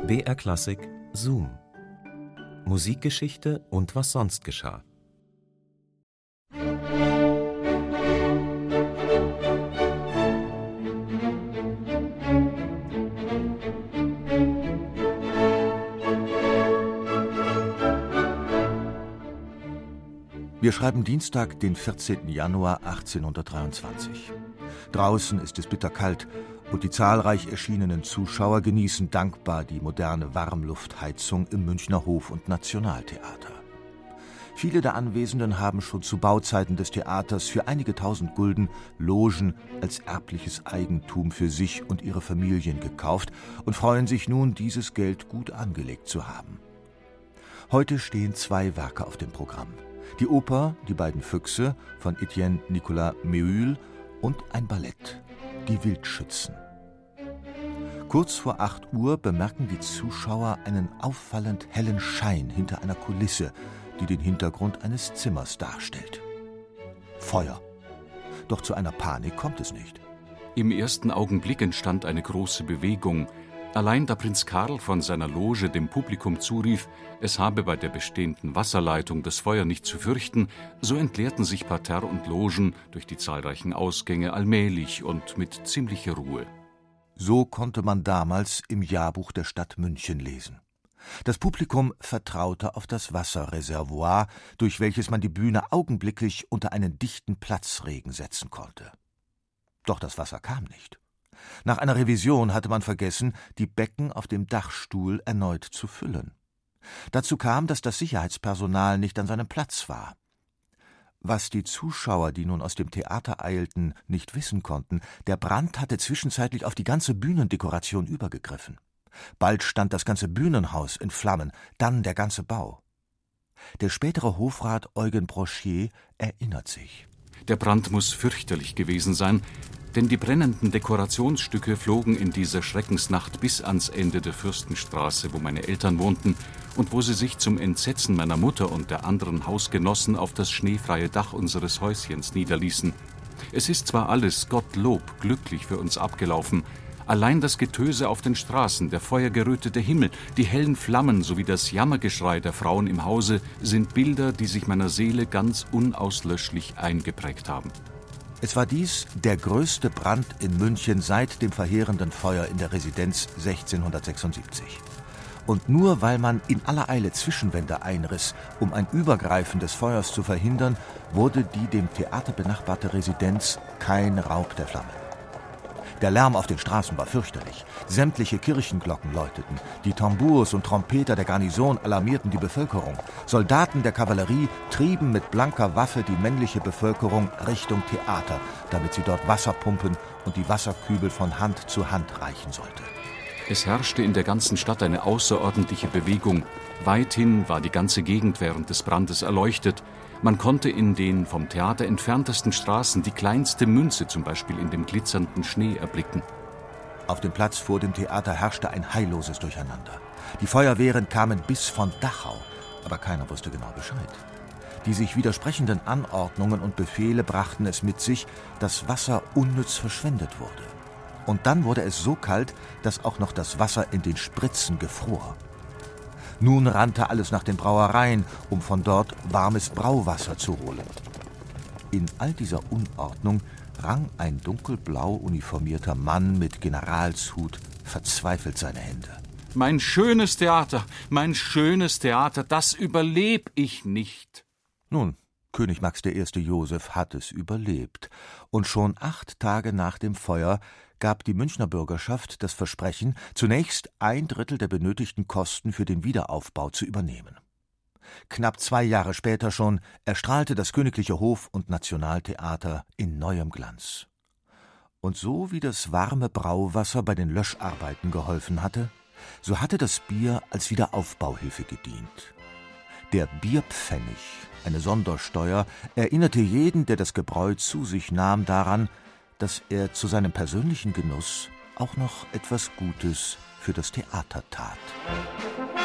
BR Klassik Zoom. Musikgeschichte und was sonst geschah. Wir schreiben Dienstag, den 14. Januar 1823. Draußen ist es bitterkalt und die zahlreich erschienenen Zuschauer genießen dankbar die moderne Warmluftheizung im Münchner Hof- und Nationaltheater. Viele der Anwesenden haben schon zu Bauzeiten des Theaters für einige tausend Gulden Logen als erbliches Eigentum für sich und ihre Familien gekauft und freuen sich nun, dieses Geld gut angelegt zu haben. Heute stehen 2 Werke auf dem Programm. Die Oper Die beiden Füchse von Etienne Nicolas Méhul und ein Ballett, Die Wildschützen. Kurz vor 8 Uhr bemerken die Zuschauer einen auffallend hellen Schein hinter einer Kulisse, die den Hintergrund eines Zimmers darstellt. Feuer. Doch zu einer Panik kommt es nicht. Im ersten Augenblick entstand eine große Bewegung. Allein da Prinz Karl von seiner Loge dem Publikum zurief, es habe bei der bestehenden Wasserleitung das Feuer nicht zu fürchten, so entleerten sich Parterre und Logen durch die zahlreichen Ausgänge allmählich und mit ziemlicher Ruhe. So konnte man damals im Jahrbuch der Stadt München lesen. Das Publikum vertraute auf das Wasserreservoir, durch welches man die Bühne augenblicklich unter einen dichten Platzregen setzen konnte. Doch das Wasser kam nicht. Nach einer Revision hatte man vergessen, die Becken auf dem Dachstuhl erneut zu füllen. Dazu kam, dass das Sicherheitspersonal nicht an seinem Platz war. Was die Zuschauer, die nun aus dem Theater eilten, nicht wissen konnten, der Brand hatte zwischenzeitlich auf die ganze Bühnendekoration übergegriffen. Bald stand das ganze Bühnenhaus in Flammen, dann der ganze Bau. Der spätere Hofrat Eugen Brochier erinnert sich. Der Brand muss fürchterlich gewesen sein, denn die brennenden Dekorationsstücke flogen in dieser Schreckensnacht bis ans Ende der Fürstenstraße, wo meine Eltern wohnten und wo sie sich zum Entsetzen meiner Mutter und der anderen Hausgenossen auf das schneefreie Dach unseres Häuschens niederließen. Es ist zwar alles, Gottlob, glücklich für uns abgelaufen, allein das Getöse auf den Straßen, der feuergerötete Himmel, die hellen Flammen sowie das Jammergeschrei der Frauen im Hause sind Bilder, die sich meiner Seele ganz unauslöschlich eingeprägt haben. Es war dies der größte Brand in München seit dem verheerenden Feuer in der Residenz 1676. Und nur weil man in aller Eile Zwischenwände einriss, um ein Übergreifen des Feuers zu verhindern, wurde die dem Theater benachbarte Residenz kein Raub der Flammen. Der Lärm auf den Straßen war fürchterlich. Sämtliche Kirchenglocken läuteten. Die Tambours und Trompeter der Garnison alarmierten die Bevölkerung. Soldaten der Kavallerie trieben mit blanker Waffe die männliche Bevölkerung Richtung Theater, damit sie dort Wasser pumpen und die Wasserkübel von Hand zu Hand reichen sollte. Es herrschte in der ganzen Stadt eine außerordentliche Bewegung. Weithin war die ganze Gegend während des Brandes erleuchtet. Man konnte in den vom Theater entferntesten Straßen die kleinste Münze zum Beispiel in dem glitzernden Schnee erblicken. Auf dem Platz vor dem Theater herrschte ein heilloses Durcheinander. Die Feuerwehren kamen bis von Dachau, aber keiner wusste genau Bescheid. Die sich widersprechenden Anordnungen und Befehle brachten es mit sich, dass Wasser unnütz verschwendet wurde. Und dann wurde es so kalt, dass auch noch das Wasser in den Spritzen gefror. Nun rannte alles nach den Brauereien, um von dort warmes Brauwasser zu holen. In all dieser Unordnung rang ein dunkelblau uniformierter Mann mit Generalshut verzweifelt seine Hände. Mein schönes Theater, das überleb ich nicht. Nun, König Max I. Joseph hat es überlebt. Und schon 8 Tage nach dem Feuer gab die Münchner Bürgerschaft das Versprechen, zunächst 1/3 der benötigten Kosten für den Wiederaufbau zu übernehmen. Knapp 2 Jahre später schon erstrahlte das Königliche Hof- und Nationaltheater in neuem Glanz. Und so wie das warme Brauwasser bei den Löscharbeiten geholfen hatte, so hatte das Bier als Wiederaufbauhilfe gedient. Der Bierpfennig, eine Sondersteuer, erinnerte jeden, der das Gebräu zu sich nahm, daran, dass er zu seinem persönlichen Genuss auch noch etwas Gutes für das Theater tat.